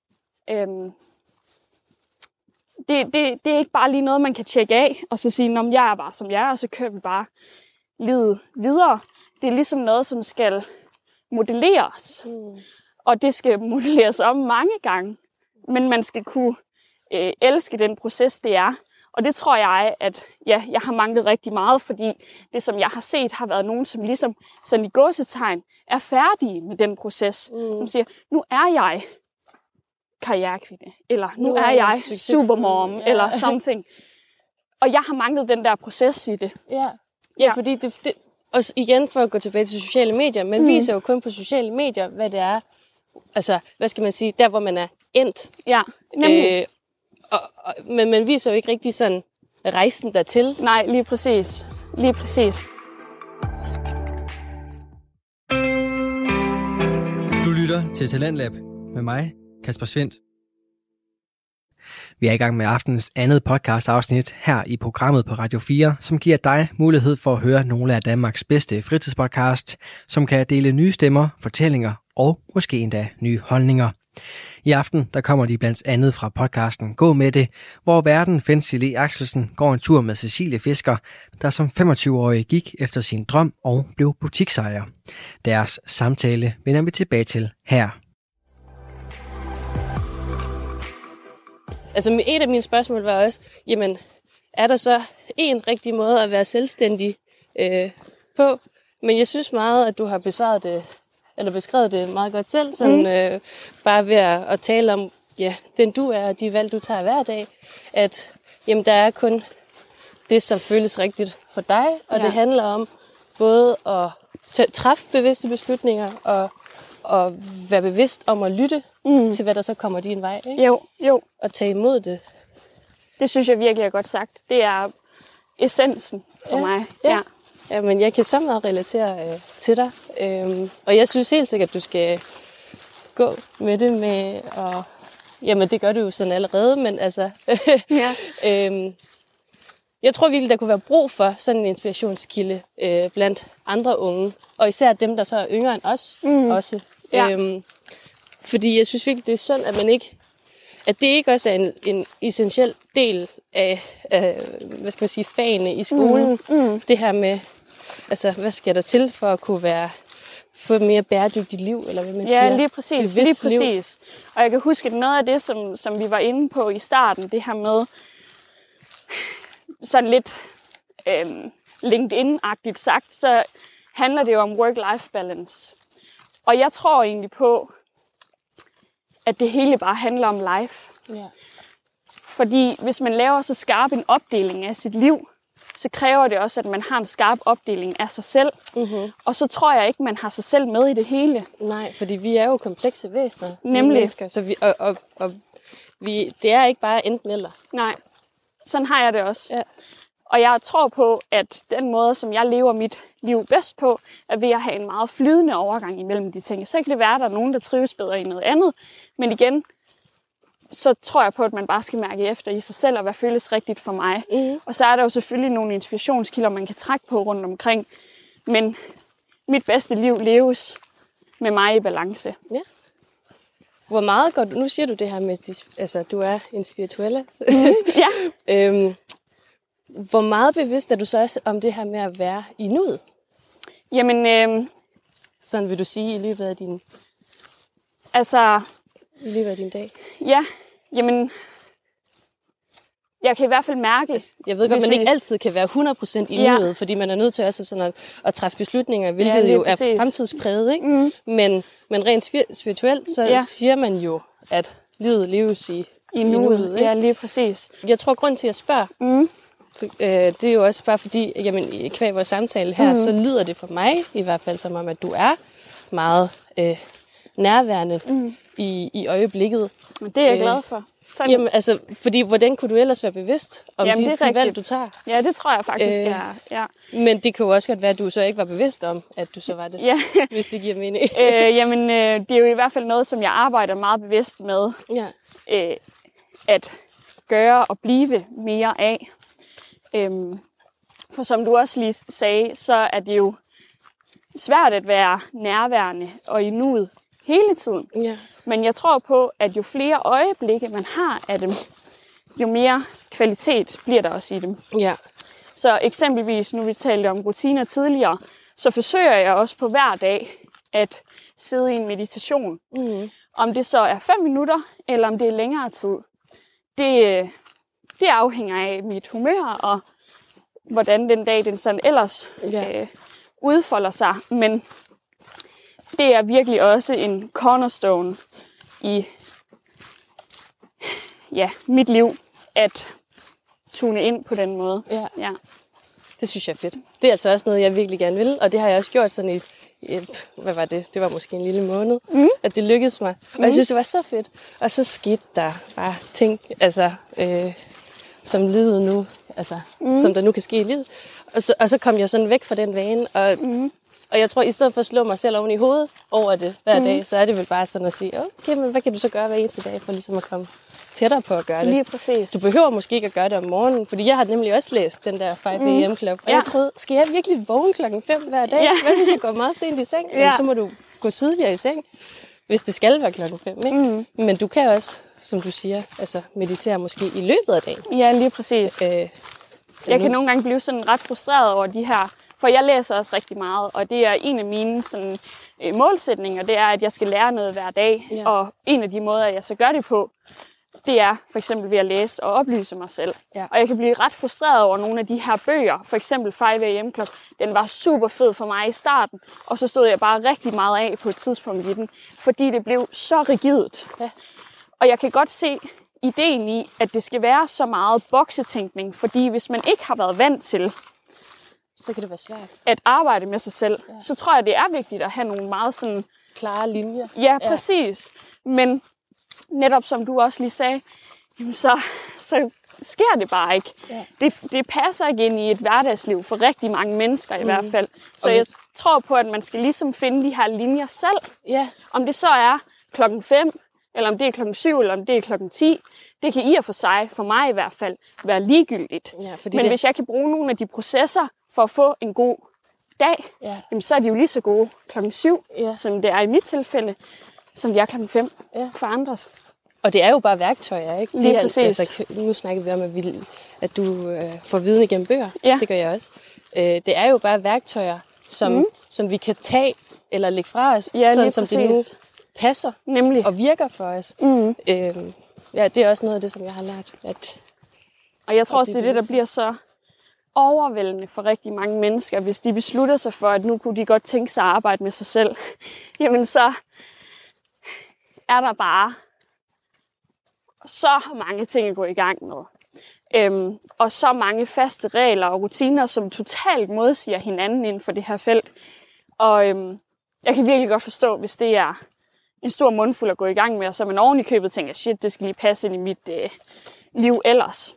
det er ikke bare lige noget, man kan tjekke af, og så sige, at jeg er bare som jeg er, og så kører vi bare livet videre. Det er ligesom noget, som skal modelleres. Og det skal modelleres om mange gange. Men man skal kunne elske den proces, det er. Og det tror jeg, at jeg har manglet rigtig meget, fordi det, som jeg har set, har været nogen, som ligesom sådan i gåsetegn er færdige med den proces. Som siger, nu er jeg karrierekvinde, eller nu er jeg supermom, eller something. Og jeg har manglet den der proces i det. Ja, fordi det og igen for at gå tilbage til sociale medier, man viser jo kun på sociale medier, hvad det er, altså, hvad skal man sige, der hvor man er endt. Ja, nemlig. Men man viser jo ikke rigtig sådan rejsen dertil. Nej, lige præcis. Lige præcis. Du lytter til Talentlab med mig, Kasper Svendt. Vi er i gang med aftenens andet podcast-afsnit her i programmet på Radio 4, som giver dig mulighed for at høre nogle af Danmarks bedste fritidspodcasts, som kan dele nye stemmer, fortællinger og måske endda nye holdninger. I aften der kommer de blandt andet fra podcasten Gå med det, hvor værten Fancy Lee Axelsen går en tur med Cecilie Fisker, der som 25-årig gik efter sin drøm og blev butiksejer. Deres samtale vender vi tilbage til her. Altså et af mine spørgsmål var også, jamen er der så en rigtig måde at være selvstændig på? Men jeg synes meget, at du har besvaret det, eller beskrevet det meget godt selv, sådan bare ved at tale om, den du er, og de valg, du tager hver dag, at jamen, der er kun det, som føles rigtigt for dig, og det handler om både at træffe bevidste beslutninger, og være bevidst om at lytte til, hvad der så kommer din vej, ikke? Jo. Og tage imod det. Det synes jeg virkelig er godt sagt. Det er essensen for mig. Ja. Jamen, jeg kan så meget relatere til dig. Og jeg synes helt sikkert, at du skal gå med det med at... Jamen, det gør du jo sådan allerede, men altså... Jeg tror virkelig, der kunne være brug for sådan en inspirationskilde blandt andre unge. Og især dem, der så er yngre end os også. Ja. Fordi jeg synes virkelig, det er synd, at det ikke også er en essentiel del af hvad skal man sige, fagene i skolen. Det her med, altså, hvad skal der til for at kunne få et mere bæredygtigt liv, eller hvad man siger? Ja, lige præcis. Og jeg kan huske, at noget af det, som vi var inde på i starten, det her med sådan lidt LinkedIn-agtigt sagt, så handler det jo om work-life balance. Og jeg tror egentlig på, at det hele bare handler om life. Ja. Fordi hvis man laver så skarp en opdeling af sit liv, så kræver det også, at man har en skarp opdeling af sig selv. Og så tror jeg ikke, man har sig selv med i det hele. Nej, fordi vi er jo komplekse væsener. Nemlig. Mennesker, så det er ikke bare enten eller. Nej, sådan har jeg det også. Ja. Og jeg tror på, at den måde, som jeg lever mit liv bedst på, er ved at have en meget flydende overgang imellem de ting. Så kan det være, at der er nogen, der trives bedre i noget andet. Men igen, så tror jeg på, at man bare skal mærke efter i sig selv, og hvad føles rigtigt for mig. Og så er der jo selvfølgelig nogle inspirationskilder, man kan trække på rundt omkring. Men mit bedste liv leves med mig i balance. Ja. Hvor meget går du? Nu siger du det her med, altså du er en spirituelle. Ja. Hvor meget bevidst er du så også om det her med at være i nuet? Jamen, sådan vil du sige i løbet af din... Altså... I løbet af din dag? Ja, jamen... Jeg kan i hvert fald mærke... Jeg ved godt, man ikke altid kan være 100% i nuet, fordi man er nødt til også sådan at træffe beslutninger, hvilket jo er fremtidspræget, ikke? Men rent spirituelt, så siger man jo, at livet leves i nuet. Ja, lige præcis. Jeg tror, grund til at jeg spørger, Det er jo også bare fordi, jamen, kvæg vores samtale her, så lyder det for mig i hvert fald som om, at du er meget nærværende i øjeblikket. Det er jeg glad for. Sådan. Jamen, altså, fordi hvordan kunne du ellers være bevidst om de valg, du tager? Ja, det tror jeg faktisk er. Ja. Men det kan jo også godt være, at du så ikke var bevidst om, at du så var det, hvis det giver mening. Det er jo i hvert fald noget, som jeg arbejder meget bevidst med at gøre og blive mere af. For som du også lige sagde, så er det jo svært at være nærværende og i nuet hele tiden. Ja. Men jeg tror på, at jo flere øjeblikke man har af dem, jo mere kvalitet bliver der også i dem. Ja. Så eksempelvis, nu vi talte om rutiner tidligere, så forsøger jeg også på hver dag at sidde i en meditation. Om det så er 5 minutter, eller om det er længere tid. Det afhænger af mit humør, og hvordan den dag den sådan ellers udfolder sig. Men det er virkelig også en cornerstone i mit liv, at tune ind på den måde. Ja. Det synes jeg er fedt. Det er altså også noget, jeg virkelig gerne vil, og det har jeg også gjort sådan hvad var det? Det var måske en lille måned, at det lykkedes mig. Og jeg synes, det var så fedt. Og så skete der bare ting, altså, som livet nu, altså, som der nu kan ske i livet. Og så kom jeg sådan væk fra den vane, og jeg tror, i stedet for at slå mig selv oven i hovedet over det hver dag, så er det vel bare sådan at sige, okay, men hvad kan du så gøre hver eneste dag, for ligesom at komme tættere på at gøre det? Lige præcis. Du behøver måske ikke at gøre det om morgenen, fordi jeg har nemlig også læst den der 5 AM Club, og jeg troede, skal jeg virkelig vågne 5:00 hver dag? Ja. Hvad hvis jeg går meget sent i seng? Jamen, så må du gå tidligere i seng, hvis det skal være 5:00, ikke? Men du kan også, som du siger, altså meditere måske i løbet af dagen. Ja, lige præcis. Jeg kan nogle gange blive sådan ret frustreret over de her, for jeg læser også rigtig meget, og det er en af mine sådan, målsætninger, det er, at jeg skal lære noget hver dag. Ja. Og en af de måder, jeg så gør det på, det er for eksempel ved at læse og oplyse mig selv. Ja. Og jeg kan blive ret frustreret over nogle af de her bøger, for eksempel 5 AM Club. Den var super fed for mig i starten, og så stod jeg bare rigtig meget af på et tidspunkt i den, fordi det blev så rigidt. Ja. Og jeg kan godt se ideen i, at det skal være så meget boksetænkning, fordi hvis man ikke har været vant til, så kan det være svært at arbejde med sig selv, så tror jeg, det er vigtigt at have nogle meget sådan klare linjer. Ja, præcis. Men netop som du også lige sagde, jamen så sker det bare ikke. Ja. Det passer ikke ind i et hverdagsliv for rigtig mange mennesker i hvert fald. Så jeg tror på, at man skal ligesom finde de her linjer selv. Ja. Om det så er 5:00, eller om det er 7:00, eller om det er 10:00. Det kan i og for sig, for mig i hvert fald, være ligegyldigt. Ja, men hvis jeg kan bruge nogle af de processer for at få en god dag, jamen, så er de jo lige så gode 7:00, som det er i mit tilfælde, som de er 5:00 for andres. Og det er jo bare værktøjer, ikke? Lige præcis. Altså, nu snakker vi om, at du får viden igennem bøger. Ja. Det gør jeg også. Det er jo bare værktøjer, som vi kan tage eller lægge fra os, sådan som det nu passer og virker for os. Det er også noget af det, som jeg har lært. Og jeg tror også, det er det, der bliver så overvældende for rigtig mange mennesker, hvis de beslutter sig for, at nu kunne de godt tænke sig at arbejde med sig selv. Jamen så er der bare så mange ting at gå i gang med. Og så mange faste regler og rutiner, som totalt modsiger hinanden inden for det her felt. Og jeg kan virkelig godt forstå, hvis det er en stor mundfuld at gå i gang med, og så man oven i købet tænker, shit, det skal lige passe ind i mit liv ellers.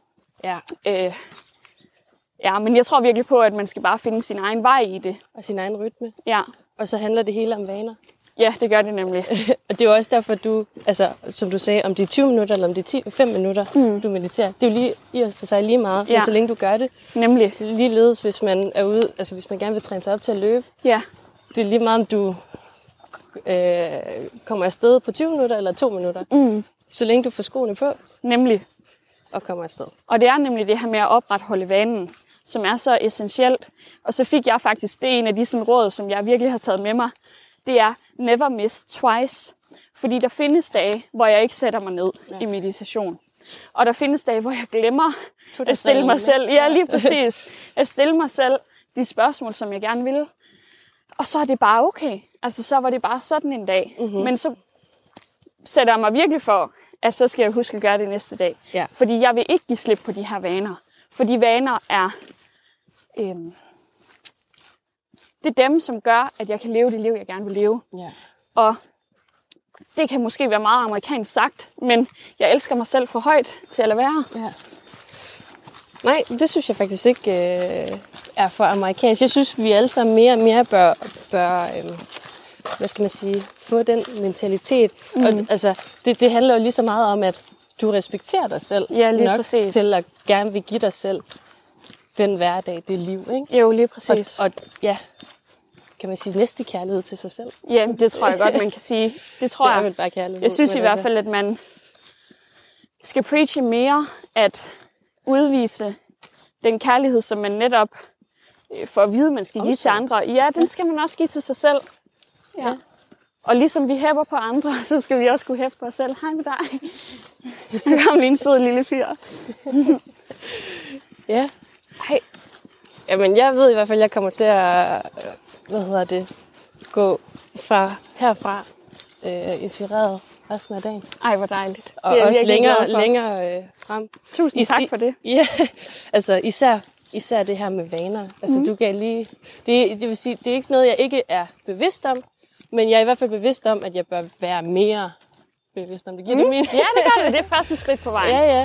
Ja, men jeg tror virkelig på, at man skal bare finde sin egen vej i det. Og sin egen rytme. Ja. Og så handler det hele om vaner. Ja, det gør det nemlig. Og det er jo også derfor, du, altså, som du sagde, om det er 20 minutter, eller om det er 5 minutter, du mediterer. Det er jo lige, i og for sig lige meget, men så længe du gør det. Nemlig. Ligeledes, hvis man er ude, altså hvis man gerne vil træne sig op til at løbe. Ja. Det er lige meget, om du kommer afsted på 20 minutter eller 2 minutter. Så længe du får skoene på. Nemlig. Og kommer afsted. Og det er nemlig det her med at opretholde vanen, som er så essentielt. Og så fik jeg faktisk, det er en af de sådan råd, som jeg virkelig har taget med mig. Det er never miss twice. Fordi der findes dage, hvor jeg ikke sætter mig ned i meditation. Og der findes dage, hvor jeg glemmer at stille mig selv. Ja, lige præcis. At stille mig selv de spørgsmål, som jeg gerne vil. Og så er det bare okay. Altså, så var det bare sådan en dag. Men så sætter jeg mig virkelig for, at så skal jeg huske at gøre det næste dag. Ja. Fordi jeg vil ikke give slip på de her vaner. For de vaner er, det er dem, som gør, at jeg kan leve det liv, jeg gerne vil leve. Ja. Og det kan måske være meget amerikansk sagt, men jeg elsker mig selv for højt til at lade være. Ja. Nej, det synes jeg faktisk ikke er for amerikansk. Jeg synes, vi alle sammen mere og mere bør hvad skal man sige, få den mentalitet. Og altså, det handler jo lige så meget om, at du respekterer dig selv nok præcis. Til at gerne vil give dig selv den hverdag, det liv, ikke? Jo, lige præcis. Og ja, kan man sige næste kærlighed til sig selv? Ja, det tror jeg godt, man kan sige. Det tror det er jeg. vel bare kærlighed. Jeg synes i hvert fald, at man skal preache mere, at udvise den kærlighed, som man netop får at vide, man skal give til andre. Ja, den skal man også give til sig selv. Ja. Og ligesom vi hæpper på andre, så skal vi også kunne hæppe på os selv. Hej med dig. Der kom lige en sød lille fyr. Ja. Hej. Jamen, jeg ved i hvert fald, at jeg kommer til at, gå herfra inspireret resten af dagen. Ej, hvor dejligt. Og også længere frem. Tusind tak for det. Ja, altså især det her med vaner. Altså du gav lige, det vil sige, det er ikke noget, jeg ikke er bevidst om, men jeg er i hvert fald bevidst om, at jeg bør være mere bevidst om det. Giver det mening? Ja, det gør det. Det er første skridt på vejen. Ja.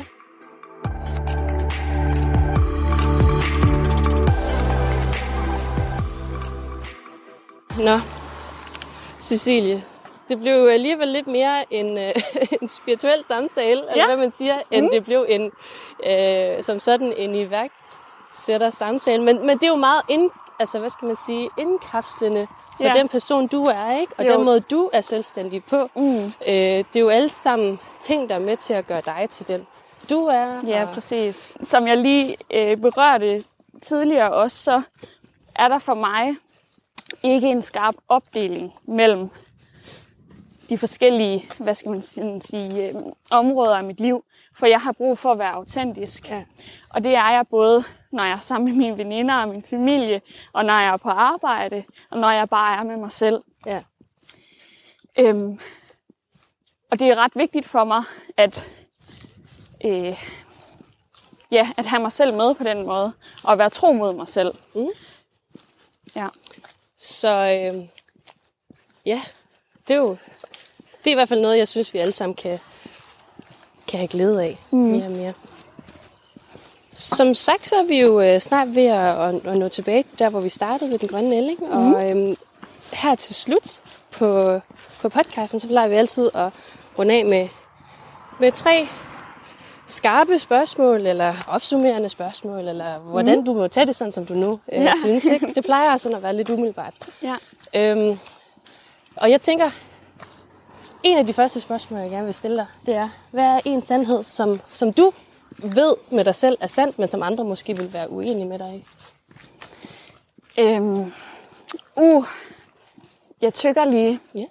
Nå, Cecilie, det blev alligevel lidt mere en spirituel samtale, eller hvad man siger, end det blev som sådan en iværksætter samtale. Men det er jo meget indkapslende for den person, du er, ikke? Og den måde, du er selvstændig på. Det er jo alle sammen ting, der er med til at gøre dig til den, du er. Ja, præcis. Som jeg lige berørte tidligere også, så er der for mig ikke en skarp opdeling mellem de forskellige, områder af mit liv. For jeg har brug for at være autentisk. Ja. Og det er jeg både, når jeg er sammen med mine veninder og min familie, og når jeg er på arbejde, og når jeg bare er med mig selv. Ja. Og det er ret vigtigt for mig, at have mig selv med på den måde, og være tro mod mig selv. Ja. Så det er i hvert fald noget, jeg synes, vi alle sammen kan have glæde af mere og mere. Som sagt, så er vi jo snart ved at nå tilbage der, hvor vi startede ved den grønne ælling. Og her til slut på podcasten, så plejer vi altid at runde af med 3 skarpe spørgsmål, eller opsummerende spørgsmål, eller hvordan du må tage det sådan, som du nu synes. Ikke? Det plejer sådan at være lidt umiddelbart. Ja. Og jeg tænker, en af de første spørgsmål, jeg gerne vil stille dig, det er, hvad er en sandhed, som du ved med dig selv er sandt, men som andre måske vil være uenige med dig i? Jeg tykker lige. Ja.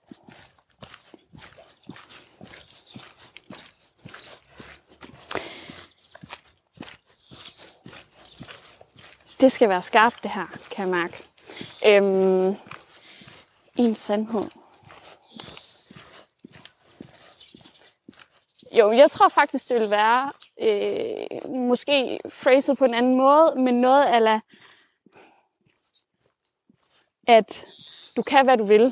Det skal være skarpt, det her, kan jeg mærke. En sandhed. Jo, jeg tror faktisk, det vil være måske phraset på en anden måde, men noget ala, at du kan, hvad du vil.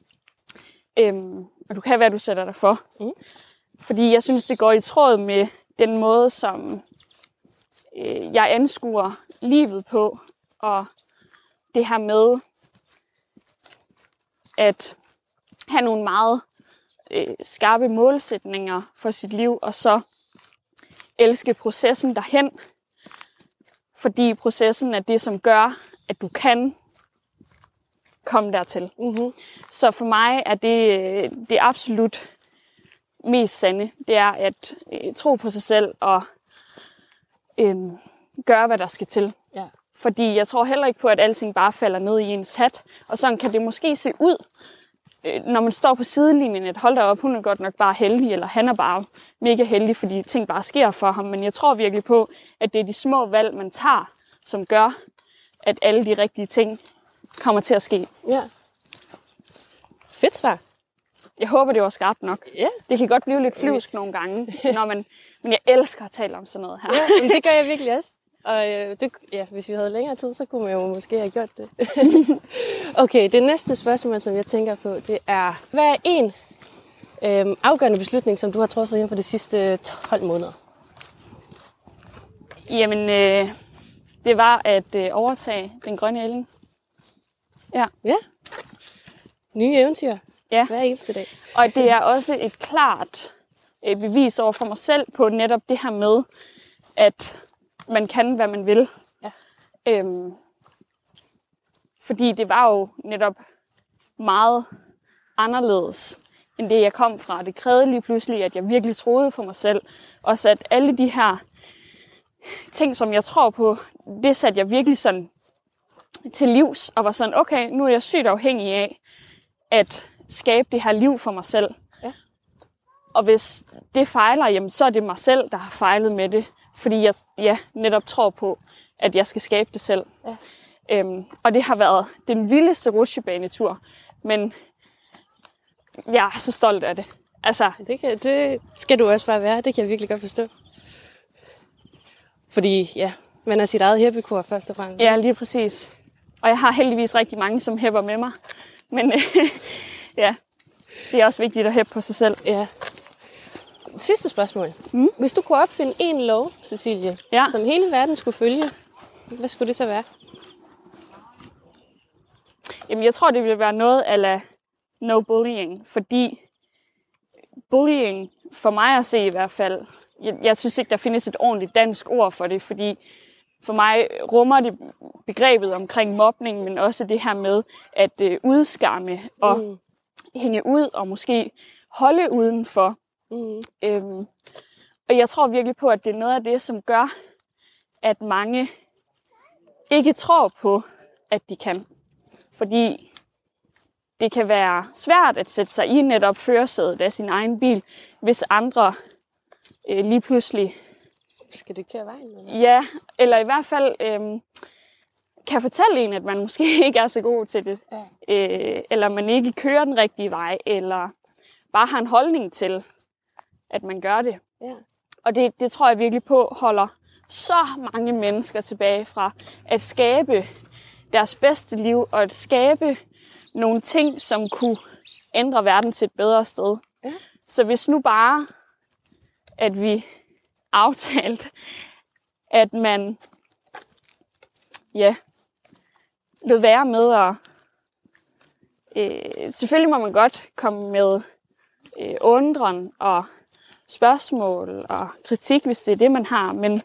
Og du kan, hvad du sætter dig for. Fordi jeg synes, det går i tråd med den måde, som jeg anskuer livet på. Og det her med at have nogle meget skarpe målsætninger for sit liv, og så elske processen derhen. Fordi processen er det, som gør, at du kan komme dertil. Så for mig er det absolut mest sande. Det er at tro på sig selv og gøre, hvad der skal til. Ja. Fordi jeg tror heller ikke på, at alting bare falder ned i ens hat. Og sådan kan det måske se ud, når man står på sidelinjen, at hold da op, hun er godt nok bare heldig, eller han er bare mega heldig, fordi ting bare sker for ham. Men jeg tror virkelig på, at det er de små valg, man tager, som gør, at alle de rigtige ting kommer til at ske. Ja. Fedt svar. Jeg håber, det var skarpt nok. Ja. Det kan godt blive lidt flyvsk nogle gange, men jeg elsker at tale om sådan noget her. Ja, men det gør jeg virkelig også. Og hvis vi havde længere tid, så kunne man jo måske have gjort det. Okay, det næste spørgsmål, som jeg tænker på, det er, hvad er en afgørende beslutning, som du har truffet inden for de sidste 12 måneder? Jamen, det var at overtage Den Grønne Ælling. Ja. Ja. Nye eventyr. Ja. Hver eneste dag. Og det er også et klart bevis over for mig selv på netop det her med, at man kan, hvad man vil. Ja. Fordi det var jo netop meget anderledes, end det jeg kom fra. Det krævede lige pludselig, at jeg virkelig troede på mig selv. Og at alle de her ting, som jeg tror på, det satte jeg virkelig sådan til livs. Og var sådan, okay, nu er jeg sygt afhængig af at skabe det her liv for mig selv. Ja. Og hvis det fejler, jamen, så er det mig selv, der har fejlet med det. Fordi jeg netop tror på, at jeg skal skabe det selv. Ja. Og det har været den vildeste rutsjebanetur. Men jeg er så stolt af det. Altså, det skal du også bare være. Det kan jeg virkelig godt forstå. Fordi man er sit eget heppekor først og fremmest. Ja, lige præcis. Og jeg har heldigvis rigtig mange, som hepper med mig. Men ja, det er også vigtigt at heppe på sig selv. Ja. Sidste spørgsmål. Hvis du kunne opfinde en lov, Cecilie, som hele verden skulle følge, hvad skulle det så være? Jamen, jeg tror, det ville være noget a la no bullying. Fordi bullying, for mig at se i hvert fald, jeg synes ikke, der findes et ordentligt dansk ord for det, fordi for mig rummer det begrebet omkring mobning, men også det her med at udskamme og hænge ud og måske holde udenfor. Og jeg tror virkelig på, at det er noget af det, som gør, at mange ikke tror på, at de kan. Fordi det kan være svært at sætte sig i netop førersædet af sin egen bil, hvis andre lige pludselig skal diktere vejen? Eller? Ja, eller i hvert fald kan fortælle en, at man måske ikke er så god til det. Ja. Eller man ikke kører den rigtige vej, eller bare har en holdning til, at man gør det. Ja. Og det tror jeg virkelig på holder så mange mennesker tilbage fra at skabe deres bedste liv, og at skabe nogle ting, som kunne ændre verden til et bedre sted. Ja. Så hvis nu bare, at vi aftalt, at man lod være med at selvfølgelig må man godt komme med undren og spørgsmål og kritik, hvis det er det, man har, men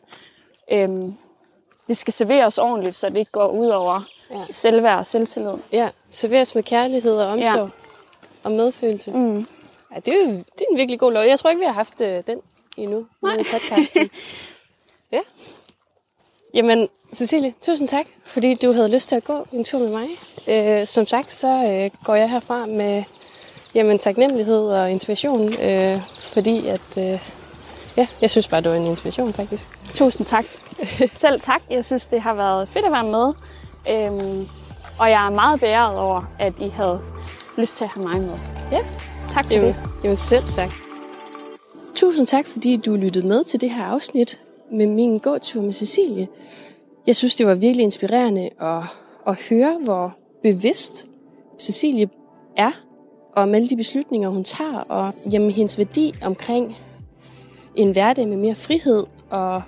det skal serveres ordentligt, så det ikke går ud over selvværd og selvtillid. Ja, serveres med kærlighed og omsorg og medfølelse. Ja, det er en virkelig god lov. Jeg tror ikke, vi har haft den endnu i podcasten. Ja. Jamen, Cecilie, tusind tak, fordi du havde lyst til at gå en tur med mig. Som sagt, så går jeg herfra med taknemmelighed og inspiration, fordi at, jeg synes bare, det var en inspiration faktisk. Tusind tak. Selv tak. Jeg synes, det har været fedt at være med. Og jeg er meget beæret over, at I havde lyst til at have mig med. Ja. Tak for det. Jo, selv tak. Tusind tak, fordi du lyttede med til det her afsnit med min gåtur med Cecilie. Jeg synes, det var virkelig inspirerende at høre, hvor bevidst Cecilie er om alle de beslutninger, hun tager, og hendes værdi omkring en hverdag med mere frihed, og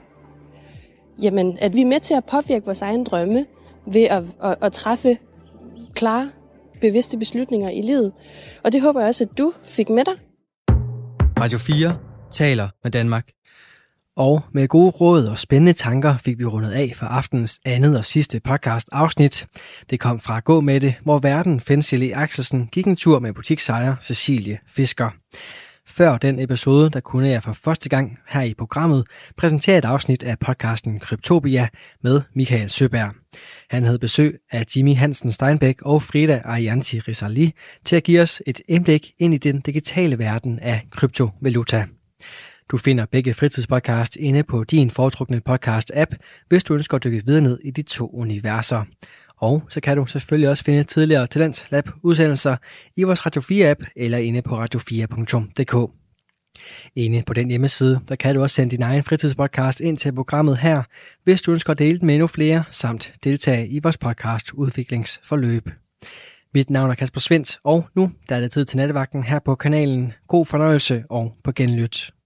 at vi er med til at påvirke vores egen drømme ved at træffe klare, bevidste beslutninger i livet. Og det håber jeg også, at du fik med dig. Radio 4 taler med Danmark. Og med gode råd og spændende tanker fik vi rundet af for aftenens andet og sidste podcast afsnit. Det kom fra Gå med det, hvor værten Fensie Axelsen gik en tur med butiksejer Cecilie Fisker. Før den episode, der kunne jeg for første gang her i programmet præsentere et afsnit af podcasten Kryptopia med Michael Søberg. Han havde besøg af Jimmy Hansen Steinbeck og Frida Arianti Rizali til at give os et indblik ind i den digitale verden af kryptovaluta. Du finder begge fritidspodcast inde på din foretrukne podcast-app, hvis du ønsker at dykke videre ned i de to universer. Og så kan du selvfølgelig også finde tidligere Talent Lab udsendelser i vores Radio 4-app eller inde på radio4.dk. Inde på den hjemmeside, der kan du også sende din egen fritidspodcast ind til programmet her, hvis du ønsker at dele den med endnu flere, samt deltage i vores podcast udviklingsforløb. Mit navn er Kasper Svendt, og nu der er det tid til nattevagten her på kanalen. God fornøjelse og på genlyt.